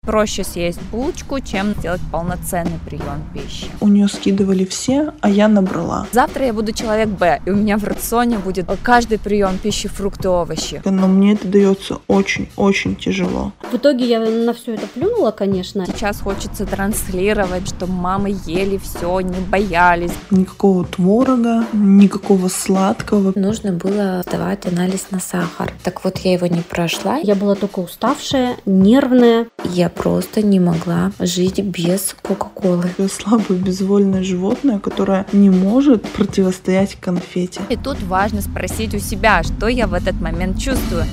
Проще съесть булочку, чем сделать полноценный прием пищи. У нее скидывали все, а я набрала. Завтра я буду человек Б, и у меня в рационе будет каждый прием пищи фрукты, овощи. Но мне это дается очень-очень тяжело. В итоге я на все это плюнула, конечно. Сейчас хочется транслировать, чтобы мамы ели все, не боялись. Никакого творога, никакого сладкого. Нужно было сдавать анализ на сахар. Так вот, я его не прошла. Я была только уставшая, нервная. Я просто не могла жить без Кока-Колы. Я слабое безвольное животное, которое не может противостоять конфете. И тут важно спросить у себя, что я в этот момент чувствую.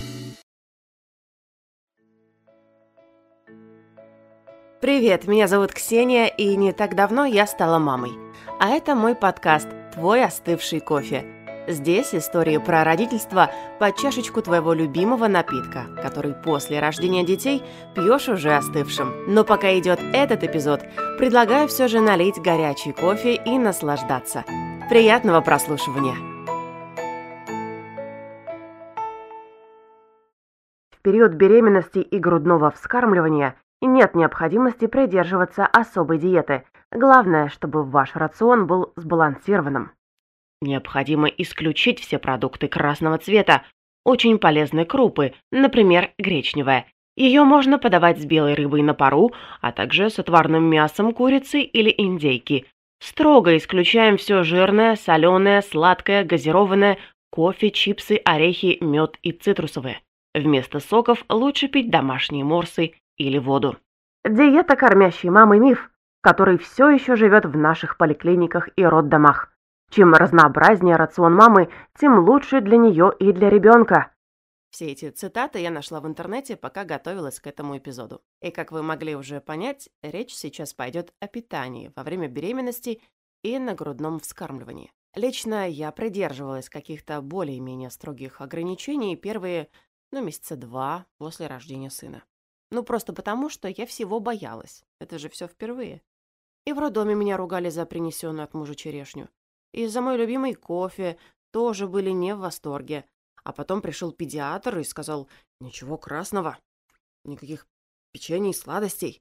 Привет, меня зовут Ксения, и не так давно я стала мамой. А это мой подкаст «Твой остывший кофе». Здесь истории про родительство под чашечку твоего любимого напитка, который после рождения детей пьешь уже остывшим. Но пока идет этот эпизод, предлагаю все же налить горячий кофе и наслаждаться. Приятного прослушивания! В период беременности и грудного вскармливания нет необходимости придерживаться особой диеты. Главное, чтобы ваш рацион был сбалансированным. Необходимо исключить все продукты красного цвета, очень полезные крупы, например, гречневая. Ее можно подавать с белой рыбой на пару, а также с отварным мясом курицы или индейки. Строго исключаем все жирное, соленое, сладкое, газированное, кофе, чипсы, орехи, мед и цитрусовые. Вместо соков лучше пить домашние морсы или воду. Диета кормящей мамы – миф, который все еще живет в наших поликлиниках и роддомах. Чем разнообразнее рацион мамы, тем лучше для нее и для ребенка. Все эти цитаты я нашла в интернете, пока готовилась к этому эпизоду. И как вы могли уже понять, речь сейчас пойдет о питании во время беременности и на грудном вскармливании. Лично я придерживалась каких-то более-менее строгих ограничений первые, месяца 2 после рождения сына. Просто потому, что я всего боялась. Это же все впервые. И в роддоме меня ругали за принесенную от мужа черешню. И за мой любимый кофе тоже были не в восторге. А потом пришел педиатр и сказал: ничего красного, никаких печений, сладостей.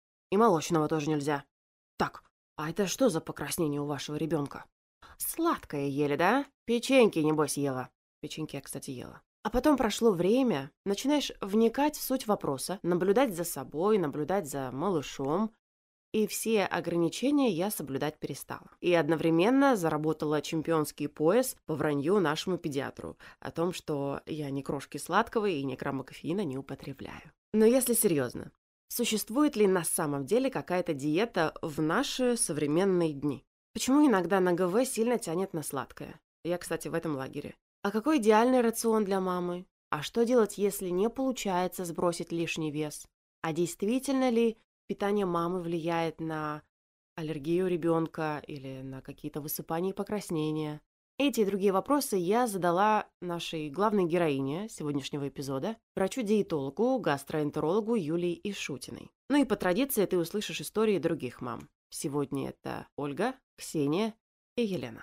И молочного тоже нельзя. Так, а это что за покраснение у вашего ребенка? Сладкое ели, да? Печеньки, небось, ела. Печеньки я, кстати, ела. А потом прошло время, начинаешь вникать в суть вопроса, наблюдать за собой, наблюдать за малышом. И все ограничения я соблюдать перестала. И одновременно заработала чемпионский пояс по вранью нашему педиатру о том, что я ни крошки сладкого и ни грамма кофеина не употребляю. Но если серьезно, существует ли на самом деле какая-то диета в наши современные дни? Почему иногда на ГВ сильно тянет на сладкое? Я, кстати, в этом лагере. А какой идеальный рацион для мамы? А что делать, если не получается сбросить лишний вес? А действительно ли питание мамы влияет на аллергию ребенка или на какие-то высыпания и покраснения? Эти и другие вопросы я задала нашей главной героине сегодняшнего эпизода, врачу-диетологу, гастроэнтерологу Юлии Ишутиной. И по традиции ты услышишь истории других мам. Сегодня это Ольга, Ксения и Елена.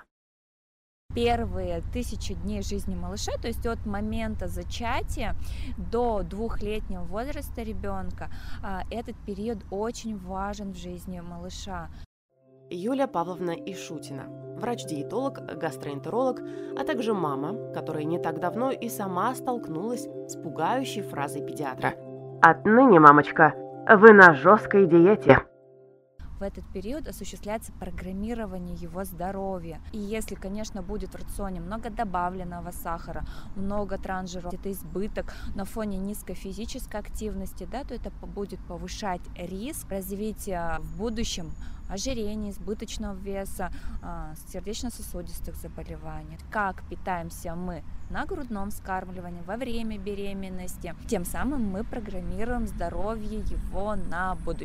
Первые 1000 дней жизни малыша, то есть от момента зачатия до 2-летнего возраста ребенка, этот период очень важен в жизни малыша. Юлия Павловна Ишутина, врач-диетолог, гастроэнтеролог, а также мама, которая не так давно и сама столкнулась с пугающей фразой педиатра: «Отныне, мамочка, вы на жесткой диете». В этот период осуществляется программирование его здоровья. И если, конечно, будет в рационе много добавленного сахара, много трансжиров, это избыток на фоне низкой физической активности, то это будет повышать риск развития в будущем ожирения, избыточного веса, сердечно-сосудистых заболеваний. Как питаемся мы на грудном вскармливании во время беременности, тем самым мы программируем здоровье его на будущее.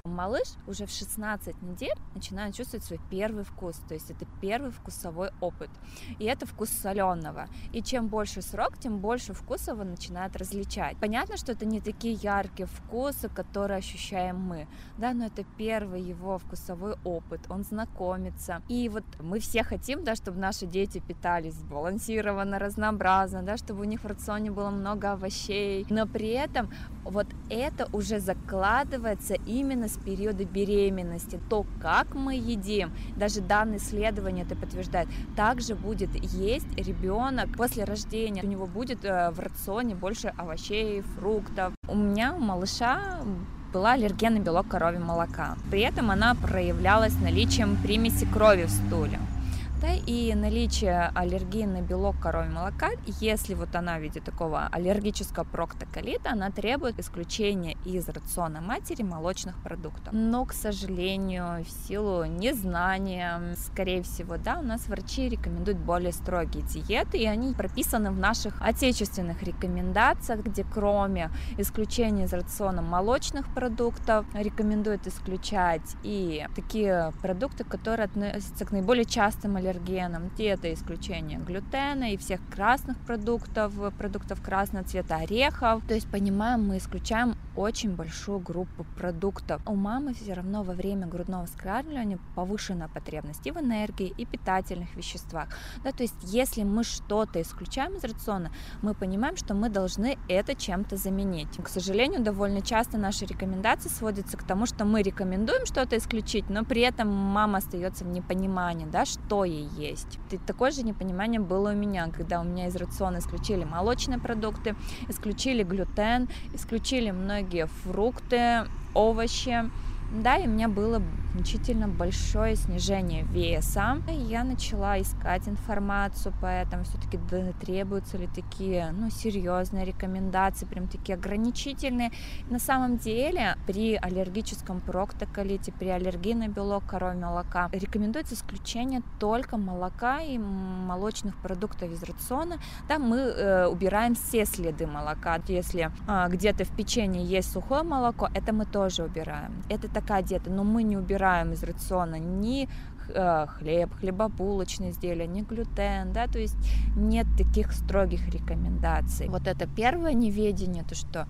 Малыш уже в 16 недель начинает чувствовать свой первый вкус, то есть это первый вкусовой опыт, и это вкус соленого. И чем больше срок, тем больше вкусов он начинает различать. Понятно, что это не такие яркие вкусы, которые ощущаем мы, да, но это первый его вкусовой опыт, он знакомится. И вот мы все хотим, да, чтобы наши дети питались сбалансированно, разнообразно, да, чтобы у них в рационе было много овощей, но при этом вот это уже закладывается именно с периода беременности. То, как мы едим, даже данные исследования это подтверждают, также будет есть ребенок после рождения. У него будет в рационе больше овощей, фруктов. У меня, у малыша, была аллергия на белок коровьего молока. При этом она проявлялась наличием примеси крови в стуле. Да, и наличие аллергии на белок коровьего молока, если вот она в виде такого аллергического проктоколита, она требует исключения из рациона матери молочных продуктов. Но, к сожалению, в силу незнания, скорее всего, да, у нас врачи рекомендуют более строгие диеты, и они прописаны в наших отечественных рекомендациях, где кроме исключения из рациона молочных продуктов рекомендуют исключать и такие продукты, которые относятся к наиболее частым аллергенам, где это исключение глютена и всех красных продуктов красного цвета, орехов. То есть, понимаем, мы исключаем очень большую группу продуктов. У мамы все равно во время грудного вскармливания повышенная потребность и в энергии, и питательных веществах. Да, то есть, если мы что-то исключаем из рациона, мы понимаем, что мы должны это чем-то заменить. К сожалению, довольно часто наши рекомендации сводятся к тому, что мы рекомендуем что-то исключить, но при этом мама остается в непонимании, да, что ей есть. И такое же непонимание было у меня, когда у меня из рациона исключили молочные продукты, исключили глютен, исключили многие фрукты, овощи. Да, и у меня было значительно большое снижение веса. И я начала искать информацию по этому, все-таки требуются ли такие, серьезные рекомендации, прям такие ограничительные. На самом деле, при аллергическом проктоколите, при аллергии на белок коровьего молока рекомендуется исключение только молока и молочных продуктов из рациона. Да, мы убираем все следы молока. Если где-то в печенье есть сухое молоко, это мы тоже убираем. Это такая диета, но мы не убираем из рациона ни хлеб, хлебобулочные изделия, ни глютен, да, то есть нет таких строгих рекомендаций. Вот это первое неведение, то что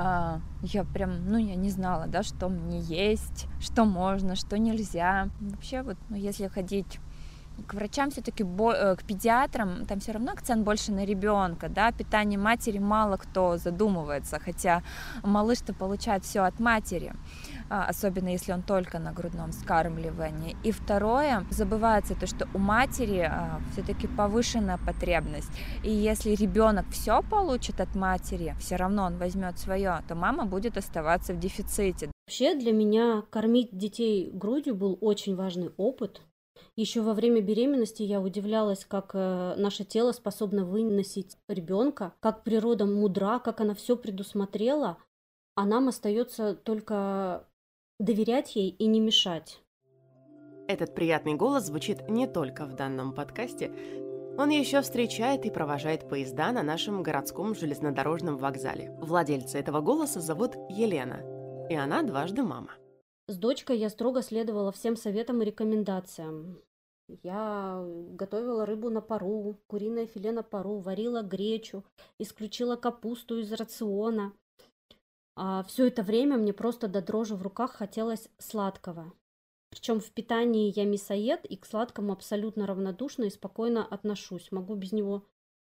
я прям, я не знала, да, что мне есть, что можно, что нельзя. Вообще вот, если ходить к врачам, все-таки к педиатрам, там все равно акцент больше на ребенка, да, питание матери мало кто задумывается, хотя малыш-то получает все от матери, особенно если он только на грудном вскармливании. И второе, забывается то, что у матери все-таки повышенная потребность, и если ребенок все получит от матери, все равно он возьмет свое, то мама будет оставаться в дефиците. Вообще для меня кормить детей грудью был очень важный опыт. Еще во время беременности я удивлялась, как наше тело способно выносить ребенка, как природа мудра, как она все предусмотрела, а нам остается только доверять ей и не мешать. Этот приятный голос звучит не только в данном подкасте. Он еще встречает и провожает поезда на нашем городском железнодорожном вокзале. Владельца этого голоса зовут Елена, и она дважды мама. С дочкой я строго следовала всем советам и рекомендациям. Я готовила рыбу на пару, куриное филе на пару, варила гречу, исключила капусту из рациона. А все это время мне просто до дрожи в руках хотелось сладкого. Причем в питании я мясоед и к сладкому абсолютно равнодушна и спокойно отношусь. Могу без него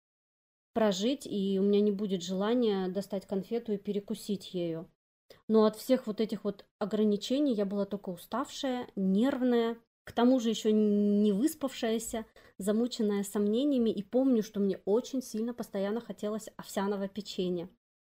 прожить, и у меня не будет желания достать конфету и перекусить ею. Но от всех вот этих вот ограничений я была только уставшая, нервная, к тому же еще не выспавшаяся, замученная сомнениями, и помню, что мне очень сильно постоянно хотелось овсяного печенья.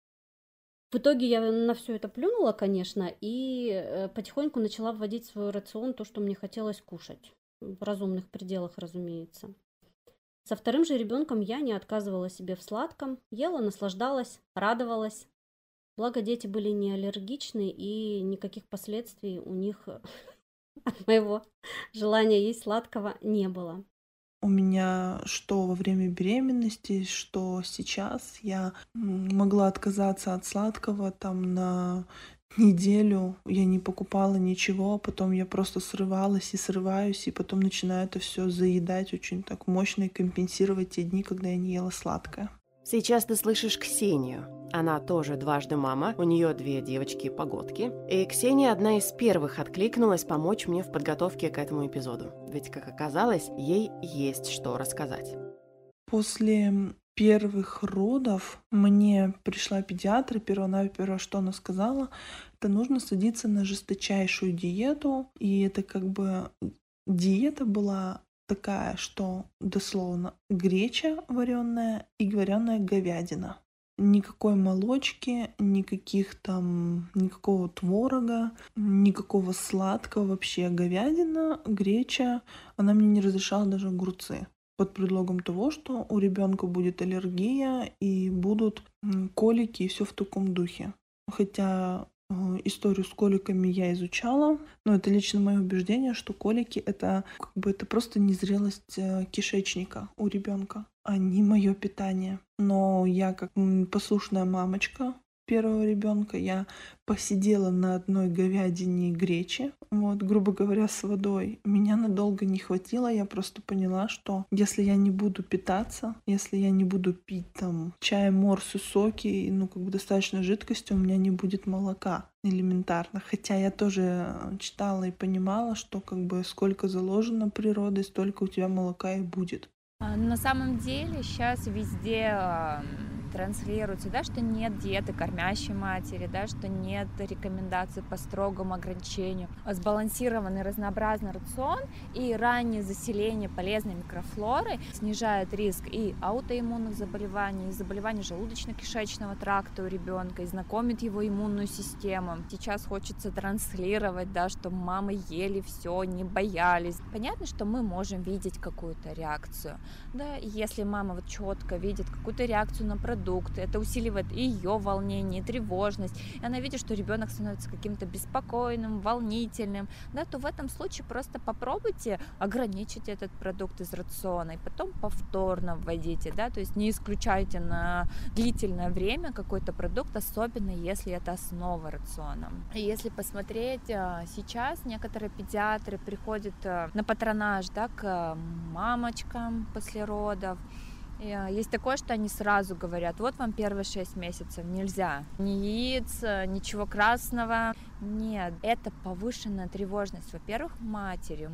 В итоге я на все это плюнула, конечно, и потихоньку начала вводить в свой рацион то, что мне хотелось кушать. В разумных пределах, разумеется. Со вторым же ребенком я не отказывала себе в сладком, ела, наслаждалась, радовалась. Благо дети были не аллергичны, и никаких последствий у них от моего желания есть сладкого не было. У меня что во время беременности, что сейчас я могла отказаться от сладкого там на неделю я не покупала ничего, потом я просто срывалась и срываюсь, и потом начинаю это все заедать очень так мощно и компенсировать те дни, когда я не ела сладкое. Сейчас ты слышишь Ксению. Она тоже дважды мама, у нее 2 девочки-погодки. И Ксения одна из первых откликнулась помочь мне в подготовке к этому эпизоду. Ведь, как оказалось, ей есть что рассказать. После первых родов мне пришла педиатр, и первое, что она сказала, это нужно садиться на жесточайшую диету. И это как бы диета была такая, что дословно греча вареная и вареная говядина. Никакой молочки, никакого творога, никакого сладкого вообще. Говядина, греча, она мне не разрешала даже огурцы. Под предлогом того, что у ребенка будет аллергия и будут колики и все в таком духе. Хотя историю с коликами я изучала, но это лично мое убеждение, что колики это это просто незрелость кишечника у ребенка, а не мое питание. Но я как послушная мамочка первого ребенка, я посидела на одной говядине и грече, грубо говоря, с водой. Меня надолго не хватило, я просто поняла, что если я не буду питаться, если я не буду пить чай, морс и соки, достаточно жидкости, у меня не будет молока элементарно. Хотя я тоже читала и понимала, что сколько заложено природой, столько у тебя молока и будет. На самом деле сейчас везде транслируется, да, что нет диеты кормящей матери, да, что нет рекомендаций по строгому ограничению. Сбалансированный разнообразный рацион и раннее заселение полезной микрофлорой снижает риск и аутоиммунных заболеваний, и заболеваний желудочно-кишечного тракта у ребенка, и знакомит его иммунную систему. Сейчас хочется транслировать, да, что мамы ели все, не боялись. Понятно, что мы можем видеть какую-то реакцию, да, и если мама четко видит какую-то реакцию на продукт, это усиливает и ее волнение, и тревожность, и она видит, что ребенок становится каким-то беспокойным, волнительным, да, то в этом случае просто попробуйте ограничить этот продукт из рациона и потом повторно вводите, да, то есть не исключайте на длительное время какой-то продукт, особенно если это основа рациона. И если посмотреть, сейчас некоторые педиатры приходят на патронаж, да, к мамочкам после родов. Есть такое, что они сразу говорят: вот вам первые 6 месяцев нельзя ни яиц, ничего красного. Нет, это повышенная тревожность. Во-первых, у матери,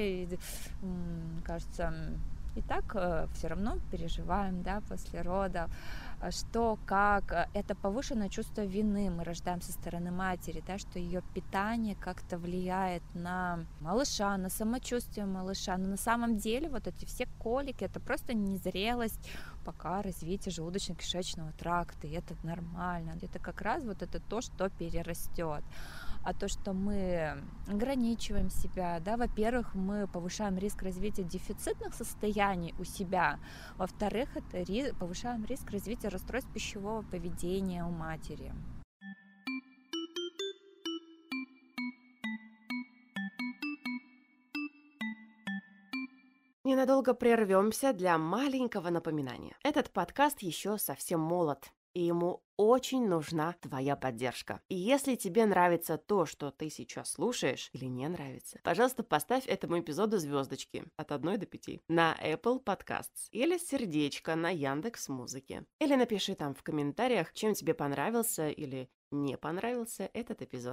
кажется, и так все равно переживаем, да, после родов, что, как, это повышенное чувство вины мы рождаем со стороны матери, да, что ее питание как-то влияет на малыша, на самочувствие малыша, но на самом деле вот эти все колики, это просто незрелость пока развития желудочно-кишечного тракта, и это нормально, это как раз вот это то, что перерастет. А то, что мы ограничиваем себя, да, во-первых, мы повышаем риск развития дефицитных состояний у себя, во-вторых, это повышаем риск развития расстройств пищевого поведения у матери. Ненадолго прервемся для маленького напоминания. Этот подкаст еще совсем молод, и ему очень нужна твоя поддержка. И если тебе нравится то, что ты сейчас слушаешь, или не нравится, пожалуйста, поставь этому эпизоду звездочки от 1 до 5 на Apple Podcasts или сердечко на Яндекс.Музыке. Или напиши там в комментариях, чем тебе понравился или не понравился этот эпизод.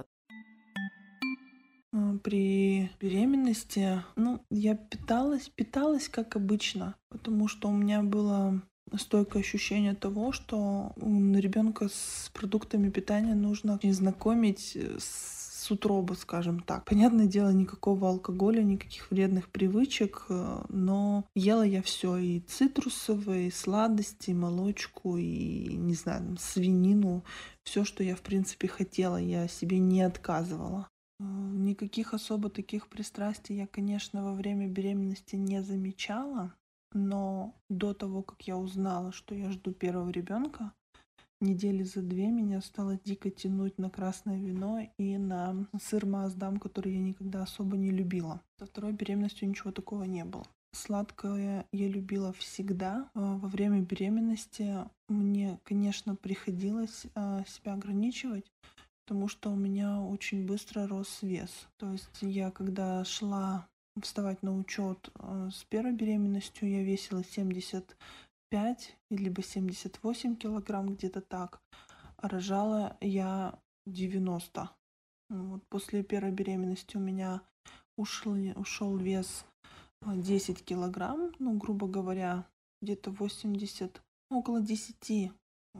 При беременности, я питалась как обычно, потому что у меня было стойкое ощущение того, что ребенка с продуктами питания нужно знакомить с утробы, скажем так. Понятное дело, никакого алкоголя, никаких вредных привычек, но ела я все: и цитрусовые, и сладости, и молочку, и, не знаю, свинину. Все, что я, в принципе, хотела, я себе не отказывала. Никаких особо таких пристрастий я, конечно, во время беременности не замечала, но до того, как я узнала, что я жду первого ребенка, недели за 2 меня стало дико тянуть на красное вино и на сыр Маасдам, который я никогда особо не любила. Со второй беременностью ничего такого не было. Сладкое я любила всегда. Во время беременности мне, конечно, приходилось себя ограничивать, потому что у меня очень быстро рос вес. То есть я когда шла вставать на учет с первой беременностью, я весила 75 либо 78 килограмм, где-то так, а рожала я 90. Вот после первой беременности у меня ушел вес 10 килограмм, ну, грубо говоря, где-то 80, около 10.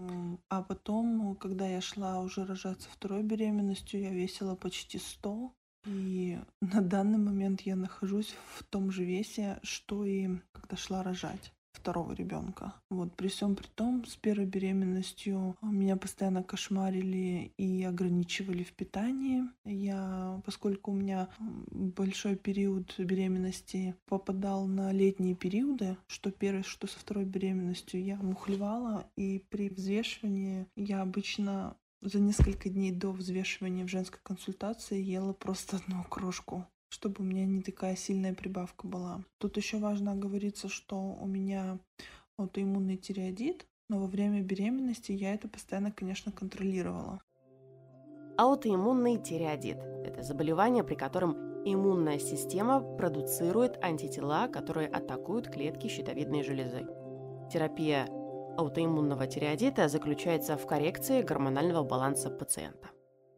А потом, когда я шла уже рожаться второй беременностью, я весила почти 100. И на данный момент я нахожусь в том же весе, что и когда шла рожать второго ребенка. Вот при всем при том, с первой беременностью меня постоянно кошмарили и ограничивали в питании. Поскольку у меня большой период беременности попадал на летние периоды, что первой, что со второй беременностью, я мухлевала, и при взвешивании я обычно за несколько дней до взвешивания в женской консультации ела просто одну крошку, чтобы у меня не такая сильная прибавка была. Тут еще важно оговориться, что у меня аутоиммунный тиреоидит, но во время беременности я это постоянно, конечно, контролировала. Аутоиммунный тиреоидит – это заболевание, при котором иммунная система продуцирует антитела, которые атакуют клетки щитовидной железы. Терапия аутоиммунного тиреоидита заключается в коррекции гормонального баланса пациента.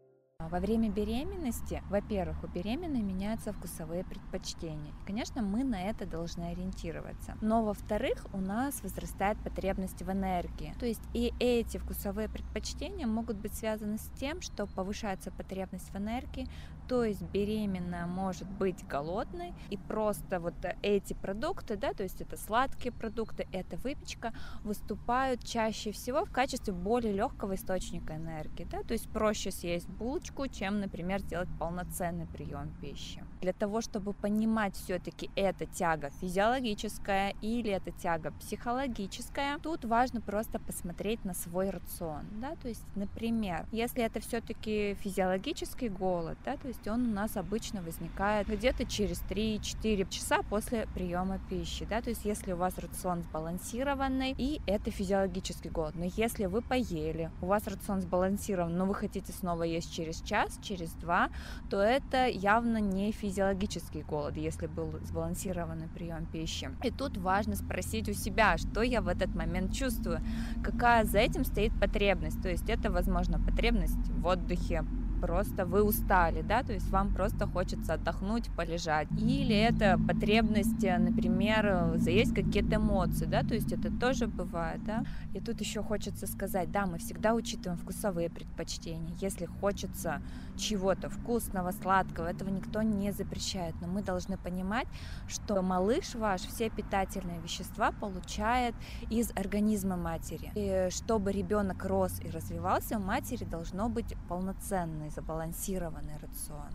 Во время беременности, во-первых, у беременной меняются вкусовые предпочтения. И, конечно, мы на это должны ориентироваться. Но, во-вторых, у нас возрастает потребность в энергии. То есть и эти вкусовые предпочтения могут быть связаны с тем, что повышается потребность в энергии, то есть беременная может быть голодной, и просто вот эти продукты, да, то есть это сладкие продукты, это выпечка, выступают чаще всего в качестве более легкого источника энергии, да, то есть проще съесть булочку, чем, например, сделать полноценный прием пищи. Для того, чтобы понимать все-таки это тяга физиологическая или это тяга психологическая, тут важно просто посмотреть на свой рацион, да, то есть, например, если это все-таки физиологический голод, да, то есть он у нас обычно возникает где-то через 3-4 часа после приема пищи, да, то есть если у вас рацион сбалансированный и это физиологический голод, но если вы поели, у вас рацион сбалансирован, но вы хотите снова есть через час, через два, то это явно не физиологический голод, если был сбалансированный прием пищи. И тут важно спросить у себя, что я в этот момент чувствую, какая за этим стоит потребность, то есть это, возможно, потребность в отдыхе, просто вы устали, да, то есть вам просто хочется отдохнуть, полежать. Или это потребность, например, заесть какие-то эмоции, да, то есть это тоже бывает, да. И тут еще хочется сказать, да, мы всегда учитываем вкусовые предпочтения. Если хочется чего-то вкусного, сладкого, этого никто не запрещает, но мы должны понимать, что малыш ваш все питательные вещества получает из организма матери. И чтобы ребенок рос и развивался, у матери должно быть полноценный, забалансированный рацион.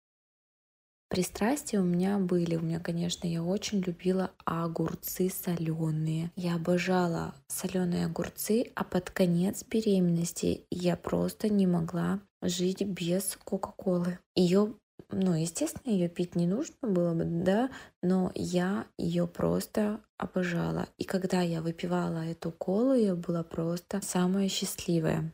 Пристрастия у меня были. Конечно, я очень любила огурцы соленые. Я обожала соленые огурцы, а под конец беременности я просто не могла жить без Кока-Колы. Естественно, ее пить не нужно было бы, да, но я ее просто обожала. И когда я выпивала эту колу, я была просто самая счастливая.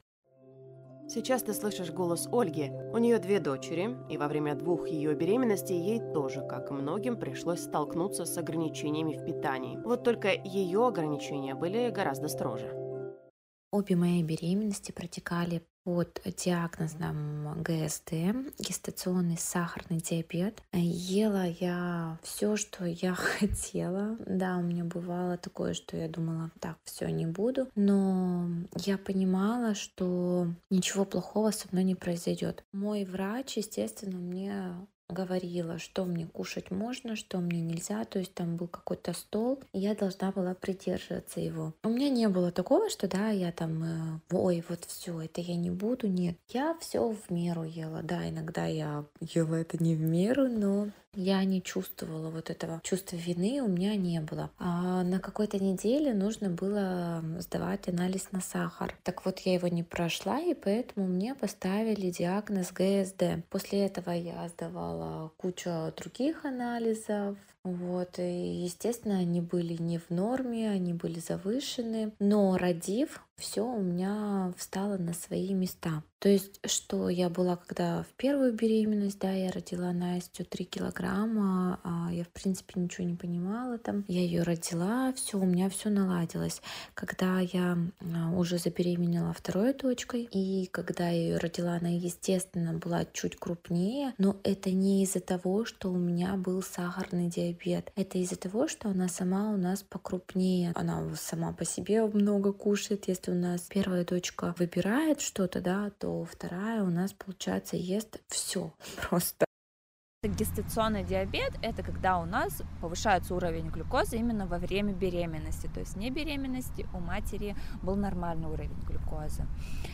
Сейчас ты слышишь голос Ольги. У нее 2 дочери, и во время 2 ее беременностей ей тоже, как и многим, пришлось столкнуться с ограничениями в питании. Вот только ее ограничения были гораздо строже. Обе мои беременности протекали под диагнозом ГСД, гестационный сахарный диабет. Ела я все, что я хотела. Да, у меня бывало такое, что я думала, так, все, не буду. Но я понимала, что ничего плохого со мной не произойдет. Мой врач, естественно, мне говорила, что мне кушать можно, что мне нельзя, то есть там был какой-то стол, и я должна была придерживаться его. У меня не было такого, что да, я там, ой, вот все, это я не буду, нет. Я все в меру ела, да, иногда я ела это не в меру, но я не чувствовала вот этого чувства вины, у меня не было. А на какой-то неделе нужно было сдавать анализ на сахар. Так вот, я его не прошла, и поэтому мне поставили диагноз ГСД. После этого я сдавала кучу других анализов. Вот, и, естественно, они были не в норме, они были завышены. Но родив, все у меня встало на свои места. То есть, что я была, когда в первую беременность, да, я родила Настю 3 килограмма, я, в принципе, ничего не понимала там. Я ее родила, все, у меня все наладилось. Когда я уже забеременела второй дочкой, и когда я ее родила, она, естественно, была чуть крупнее, но это не из-за того, что у меня был сахарный диабет. Это из-за того, что она сама у нас покрупнее. Она сама по себе много кушает. Если у нас первая дочка выбирает что-то, да, то вторая у нас, получается, ест все просто. Гестационный диабет – это когда у нас повышается уровень глюкозы именно во время беременности. То есть вне беременности у матери был нормальный уровень глюкозы.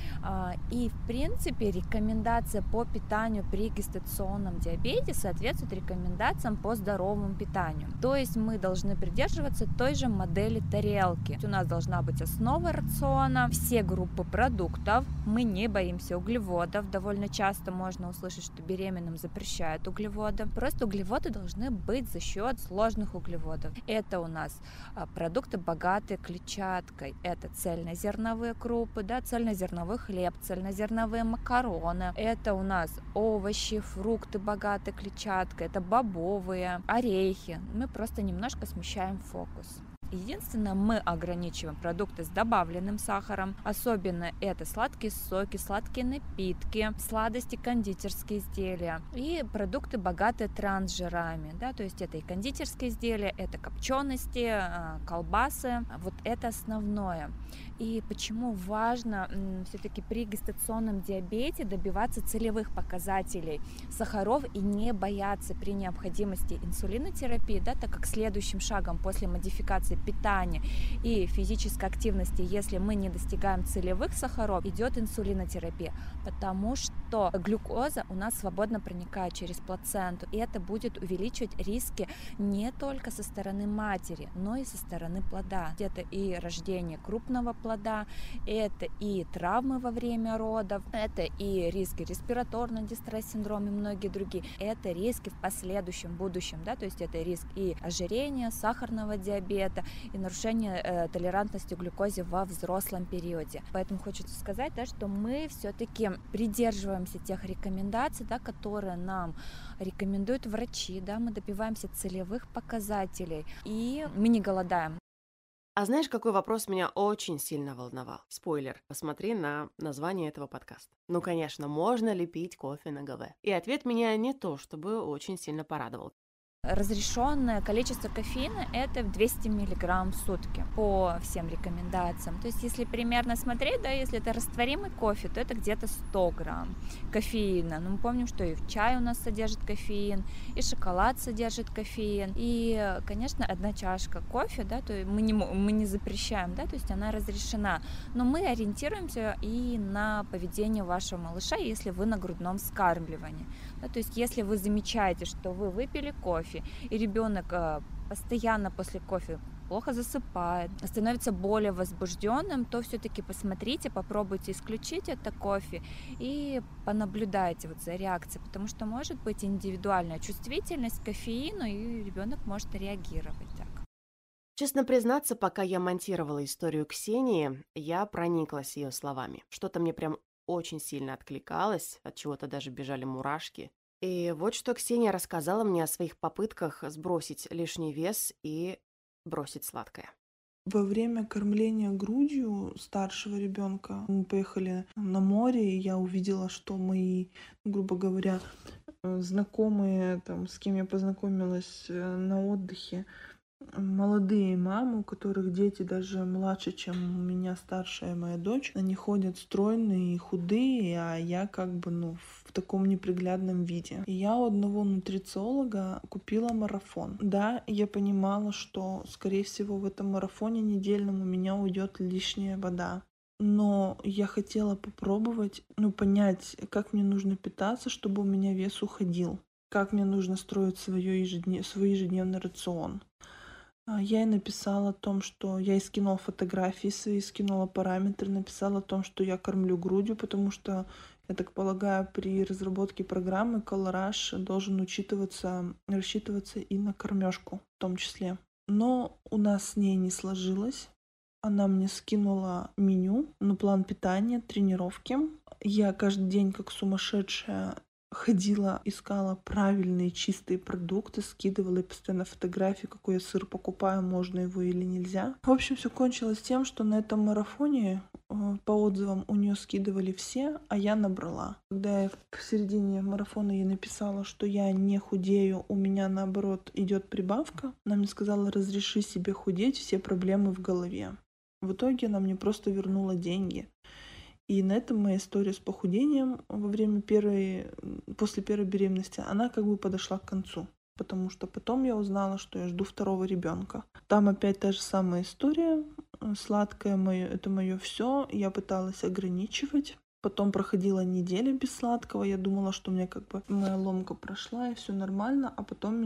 И, в принципе, рекомендация по питанию при гестационном диабете соответствует рекомендациям по здоровому питанию. То есть мы должны придерживаться той же модели тарелки. У нас должна быть основа рациона, все группы продуктов, мы не боимся углеводов. Довольно часто можно услышать, что беременным запрещают углеводы. Просто углеводы должны быть за счет сложных углеводов. Это у нас продукты, богатые клетчаткой. Это цельнозерновые крупы, да, цельнозерновый хлеб, цельнозерновые макароны. Это у нас овощи, фрукты, богатые клетчаткой. Это бобовые, орехи. Мы просто немножко смещаем фокус. Единственное, мы ограничиваем продукты с добавленным сахаром, особенно это сладкие соки, сладкие напитки, сладости, кондитерские изделия и продукты, богатые трансжирами, да, то есть это и кондитерские изделия, это копчености, колбасы, вот это основное. И почему важно все-таки при гестационном диабете добиваться целевых показателей сахаров и не бояться при необходимости инсулинотерапии, да, так как следующим шагом после модификации питания и физической активности, если мы не достигаем целевых сахаров, идет инсулинотерапия, потому что глюкоза у нас свободно проникает через плаценту, и это будет увеличивать риски не только со стороны матери, но и со стороны плода. Это и рождение крупного плода, это и травмы во время родов, это и риски респираторного дистресс-синдрома и многие другие. Это риски в последующем будущем, да, то есть это риск и ожирения, сахарного диабета, и нарушение толерантности к глюкозе во взрослом периоде. Поэтому хочется сказать, да, что мы все-таки придерживаемся тех рекомендаций, да, которые нам рекомендуют врачи, да, мы добиваемся целевых показателей, и мы не голодаем. А знаешь, какой вопрос меня очень сильно волновал? Спойлер, посмотри на название этого подкаста. Ну, конечно, можно ли пить кофе на ГВ? И ответ меня не то, чтобы очень сильно порадовал. Разрешенное количество кофеина – это 200 мг в сутки по всем рекомендациям. То есть, если примерно смотреть, да, если это растворимый кофе, то это где-то 100 грамм кофеина. Но мы помним, что и в чае у нас содержит кофеин, и шоколад содержит кофеин. И, конечно, одна чашка кофе, да, то мы не запрещаем, да, то есть она разрешена. Но мы ориентируемся и на поведение вашего малыша, если вы на грудном вскармливании. Да, то есть, если вы замечаете, что вы выпили кофе, и ребенок постоянно после кофе плохо засыпает, становится более возбужденным, то все-таки посмотрите, попробуйте исключить это кофе и понаблюдайте вот за реакцией, потому что может быть индивидуальная чувствительность к кофеину, и ребенок может реагировать так. Честно признаться, пока я монтировала историю Ксении, я прониклась ее словами. Что-то мне прям очень сильно откликалось, от чего-то даже бежали мурашки. И вот что Ксения рассказала мне о своих попытках сбросить лишний вес и бросить сладкое. Во время кормления грудью старшего ребенка мы поехали на море, и я увидела, что мои, грубо говоря, знакомые, там, с кем я познакомилась на отдыхе, молодые мамы, у которых дети даже младше, чем у меня старшая моя дочь, они ходят стройные и худые, а я как бы, в таком неприглядном виде. И я у одного нутрициолога купила марафон. Да, я понимала, что, скорее всего, в этом марафоне недельном у меня уйдет лишняя вода. Но я хотела попробовать, понять, как мне нужно питаться, чтобы у меня вес уходил. Как мне нужно строить свой ежедневный рацион. Я ей написала о том, что я ей скинула фотографии свои, скинула параметры, написала о том, что я кормлю грудью, потому что, я так полагаю, при разработке программы колораж должен рассчитываться и на кормежку в том числе. Но у нас с ней не сложилось. Она мне скинула меню, план питания, тренировки. Я каждый день, как сумасшедшая, ходила, искала правильные чистые продукты, скидывала и постоянно фотографии, какой я сыр покупаю, можно его или нельзя. В общем, все кончилось тем, что на этом марафоне по отзывам у нее скидывали все, а я набрала. Когда я в середине марафона ей написала, что я не худею, у меня наоборот идет прибавка, она мне сказала: разреши себе худеть, все проблемы в голове. В итоге она мне просто вернула деньги. И на этом моя история с похудением после первой беременности, она как бы подошла к концу. Потому что потом я узнала, что я жду второго ребенка. Там опять та же самая история. Сладкое это мое все. Я пыталась ограничивать. Потом проходила неделя без сладкого. Я думала, что у меня как бы моя ломка прошла и все нормально. А потом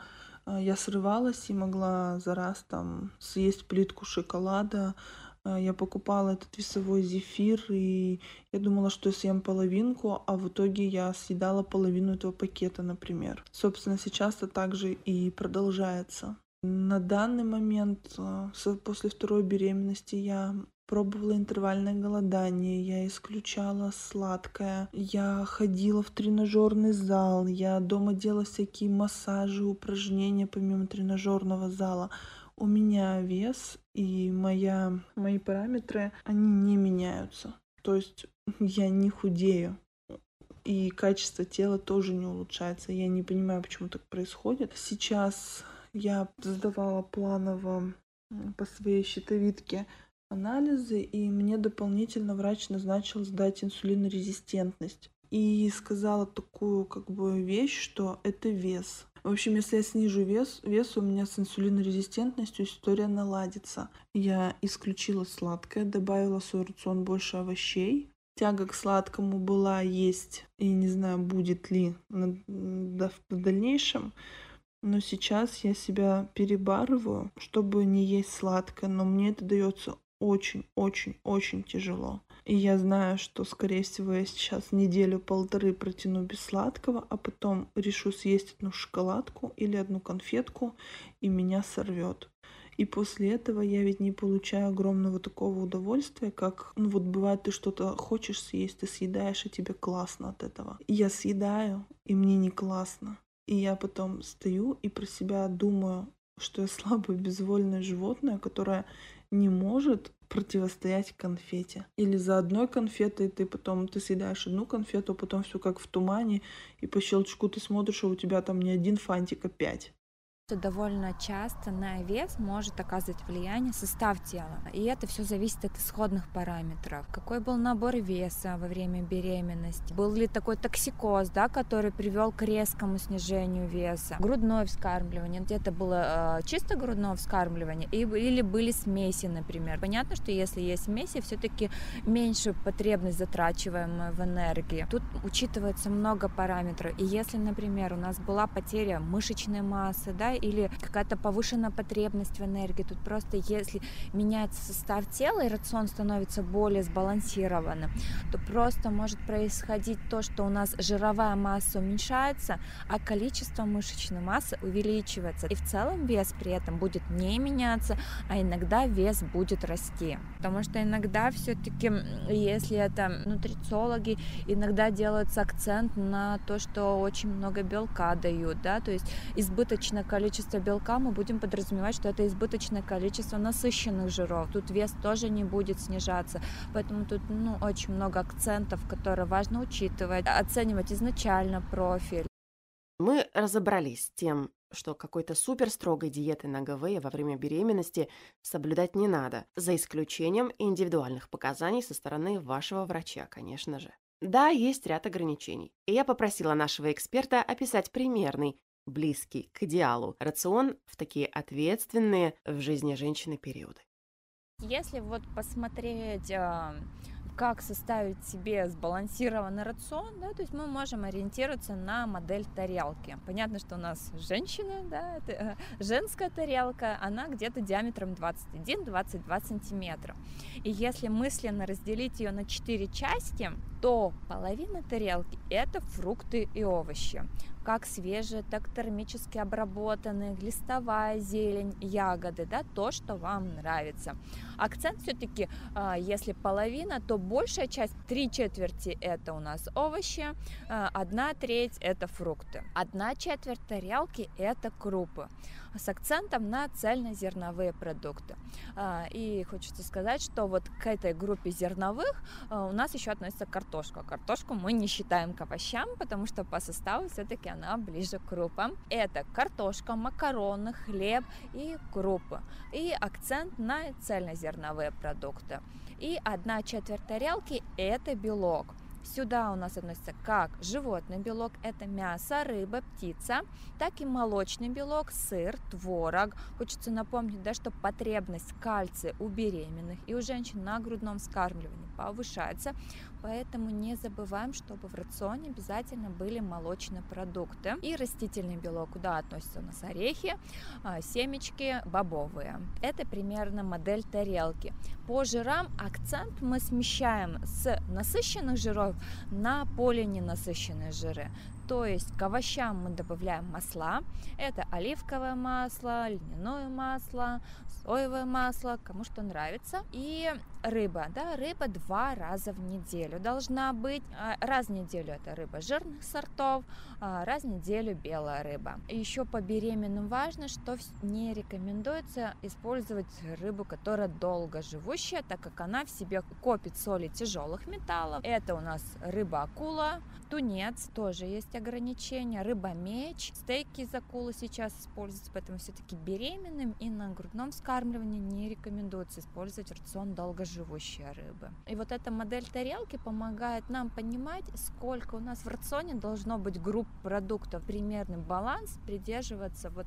я срывалась и могла за раз там съесть плитку шоколада. Я покупала этот весовой зефир, и я думала, что я съем половинку, а в итоге я съедала половину этого пакета, например. Собственно, сейчас это также и продолжается. На данный момент, после второй беременности, я пробовала интервальное голодание, я исключала сладкое, я ходила в тренажерный зал, я дома делала всякие массажи, упражнения помимо тренажерного зала. У меня вес и мои параметры, они не меняются. То есть я не худею. И качество тела тоже не улучшается. Я не понимаю, почему так происходит. Сейчас я сдавала планово по своей щитовидке анализы, и мне дополнительно врач назначил сдать инсулинорезистентность. И сказала такую вещь, что это вес. В общем, если я снижу вес, у меня с инсулинорезистентностью история наладится. Я исключила сладкое, добавила в свой рацион больше овощей. Тяга к сладкому была, есть, и не знаю, будет ли в дальнейшем. Но сейчас я себя перебарываю, чтобы не есть сладкое, но мне это дается очень-очень-очень тяжело. И я знаю, что, скорее всего, я сейчас неделю-полторы протяну без сладкого, а потом решу съесть одну шоколадку или одну конфетку, и меня сорвет. И после этого я ведь не получаю огромного такого удовольствия, как, бывает, ты что-то хочешь съесть, ты съедаешь, и тебе классно от этого. И я съедаю, и мне не классно. И я потом стою и про себя думаю, что я слабое безвольное животное, которое не может противостоять конфете. Или за одной конфетой ты съедаешь одну конфету, а потом все как в тумане, и по щелчку ты смотришь, а у тебя там не один фантик, а 5. Довольно часто на вес может оказывать влияние состав тела. И это все зависит от исходных параметров. Какой был набор веса во время беременности? Был ли такой токсикоз, который привел к резкому снижению веса? Грудное вскармливание. Где-то было чисто грудное вскармливание или были смеси, например. Понятно, что если есть смеси, все-таки меньше потребность затрачиваемая в энергии. Тут учитывается много параметров. И если, например, у нас была потеря мышечной массы, или какая-то повышенная потребность в энергии. Тут просто если меняется состав тела и рацион становится более сбалансированным, то просто может происходить то, что у нас жировая масса уменьшается, а количество мышечной массы увеличивается. И в целом вес при этом будет не меняться, а иногда вес будет расти. Потому что иногда все-таки, если это нутрициологи, иногда делается акцент на то, что очень много белка дают, то есть избыточное количество белка мы будем подразумевать, что это избыточное количество насыщенных жиров. Тут вес тоже не будет снижаться. Поэтому тут очень много акцентов, которые важно учитывать, оценивать изначально профиль. Мы разобрались с тем, что какой-то супер строгой диеты на ГВ во время беременности соблюдать не надо, за исключением индивидуальных показаний со стороны вашего врача, конечно же. Да, есть ряд ограничений. И я попросила нашего эксперта описать примерный, близкий к идеалу рацион в такие ответственные в жизни женщины периоды. Если посмотреть, как составить себе сбалансированный рацион, то есть мы можем ориентироваться на модель тарелки. Понятно, что у нас женщина, это женская тарелка, она где-то диаметром 21-22 сантиметра. И если мысленно разделить ее на 4 части, то половина тарелки – это фрукты и овощи. Как свежие, так термически обработанные, листовая зелень, ягоды, да, то, что вам нравится. Акцент все-таки, если половина, то большая часть, 3/4 это у нас овощи, 1/3 это фрукты. 1/4 тарелки это крупы с акцентом на цельнозерновые продукты. И хочется сказать, что вот к этой группе зерновых у нас еще относится картошка. Картошку мы не считаем к овощам, потому что по составу все-таки она ближе к крупам. Это картошка, макароны, хлеб и крупы. И акцент на цельнозерновые продукты. И 1/4 тарелки это белок. Сюда у нас относится как животный белок, это мясо, рыба, птица, так и молочный белок, сыр, творог. Хочется напомнить, да, что потребность кальция у беременных и у женщин на грудном вскармливании повышается, поэтому не забываем, чтобы в рационе обязательно были молочные продукты. И растительный белок, куда относятся у нас орехи, семечки, бобовые. Это примерно модель тарелки. По жирам акцент мы смещаем с насыщенных жиров на полиненасыщенные жиры. То есть к овощам мы добавляем масла. Это оливковое масло, льняное масло, соевое масло, кому что нравится. И рыба, да, рыба 2 раза в неделю должна быть. Раз в неделю это рыба жирных сортов, раз в неделю белая рыба. И еще по беременным важно, что не рекомендуется использовать рыбу, которая долго живущая, так как она в себе копит соли тяжелых металлов. Это у нас рыба-акула, тунец, тоже есть ограничения, рыба-меч, стейки из акулы сейчас используются, поэтому все-таки беременным и на грудном вскармливании не рекомендуется использовать рацион долгоживущей рыбы. И вот эта модель тарелки помогает нам понимать, сколько у нас в рационе должно быть групп продуктов, примерный баланс придерживаться вот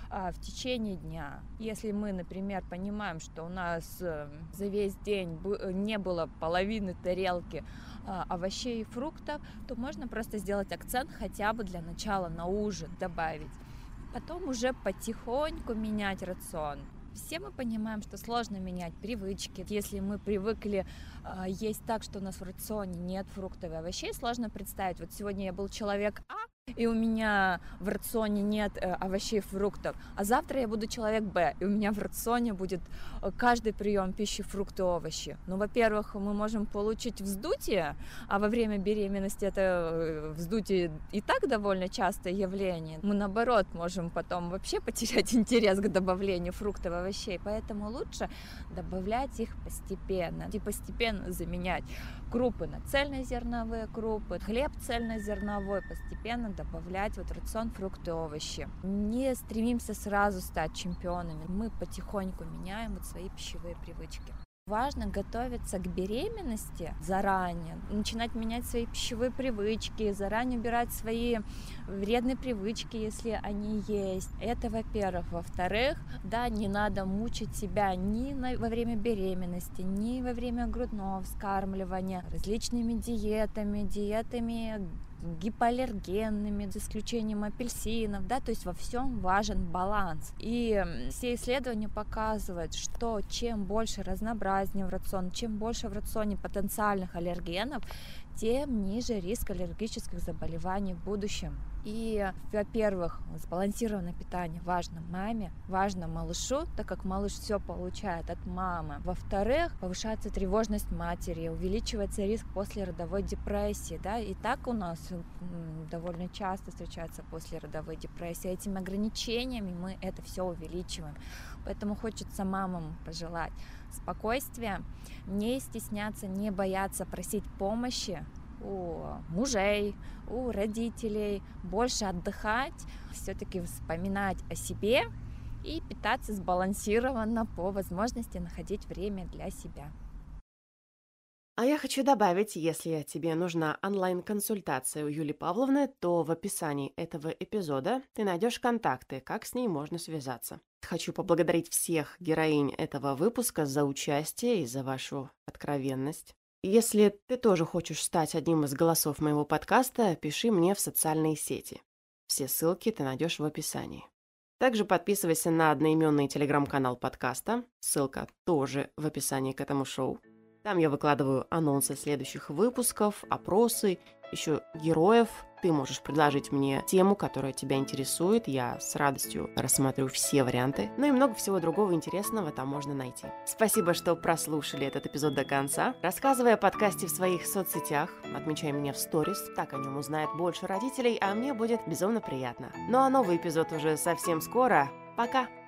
в течение дня. Если мы, например, понимаем, что у нас за весь день не было половины тарелки овощей и фруктов, то можно просто сделать акцент хотя бы для начала на ужин добавить. Потом уже потихоньку менять рацион. Все мы понимаем, что сложно менять привычки. Если мы привыкли есть так, что у нас в рационе нет фруктов и овощей, сложно представить. Вот сегодня я был человек А, и у меня в рационе нет овощей и фруктов, а завтра я буду человек Б, и у меня в рационе будет каждый прием пищи фрукты и овощи. Ну, во-первых, мы можем получить вздутие, а во время беременности это вздутие и так довольно частое явление. Мы, наоборот, можем потом вообще потерять интерес к добавлению фруктов и овощей, поэтому лучше добавлять их постепенно и постепенно заменять крупы на цельнозерновые крупы, хлеб цельнозерновой, постепенно добавлять вот рацион фрукты и овощи. Не стремимся сразу стать чемпионами, мы потихоньку меняем вот свои пищевые привычки. Важно готовиться к беременности заранее, начинать менять свои пищевые привычки, заранее убирать свои вредные привычки, если они есть. Это, во-первых. Во-вторых, да, не надо мучить себя ни во время беременности, ни во время грудного вскармливания различными диетами гипоаллергенными, за исключением апельсинов, да, то есть во всем важен баланс. И все исследования показывают, что чем больше разнообразия в рационе, чем больше в рационе потенциальных аллергенов, тем ниже риск аллергических заболеваний в будущем. И, во-первых, сбалансированное питание важно маме, важно малышу, так как малыш все получает от мамы. Во-вторых, повышается тревожность матери, увеличивается риск послеродовой депрессии. Да? И так у нас довольно часто встречается послеродовой депрессия. Этими ограничениями мы это все увеличиваем. Поэтому хочется мамам пожелать спокойствия, не стесняться, не бояться просить помощи у мужей, у родителей, больше отдыхать, все-таки вспоминать о себе и питаться сбалансированно, по возможности находить время для себя. А я хочу добавить, если тебе нужна онлайн-консультация у Юлии Павловны, то в описании этого эпизода ты найдешь контакты, как с ней можно связаться. Хочу поблагодарить всех героинь этого выпуска за участие и за вашу откровенность. Если ты тоже хочешь стать одним из голосов моего подкаста, пиши мне в социальные сети. Все ссылки ты найдешь в описании. Также подписывайся на одноименный телеграм-канал подкаста, ссылка тоже в описании к этому шоу. Там я выкладываю анонсы следующих выпусков, опросы, еще героев. Ты можешь предложить мне тему, которая тебя интересует. Я с радостью рассмотрю все варианты. Ну и много всего другого интересного там можно найти. Спасибо, что прослушали этот эпизод до конца. Рассказывай о подкасте в своих соцсетях. Отмечай меня в сторис. Так о нем узнает больше родителей, а мне будет безумно приятно. Ну а новый эпизод уже совсем скоро. Пока!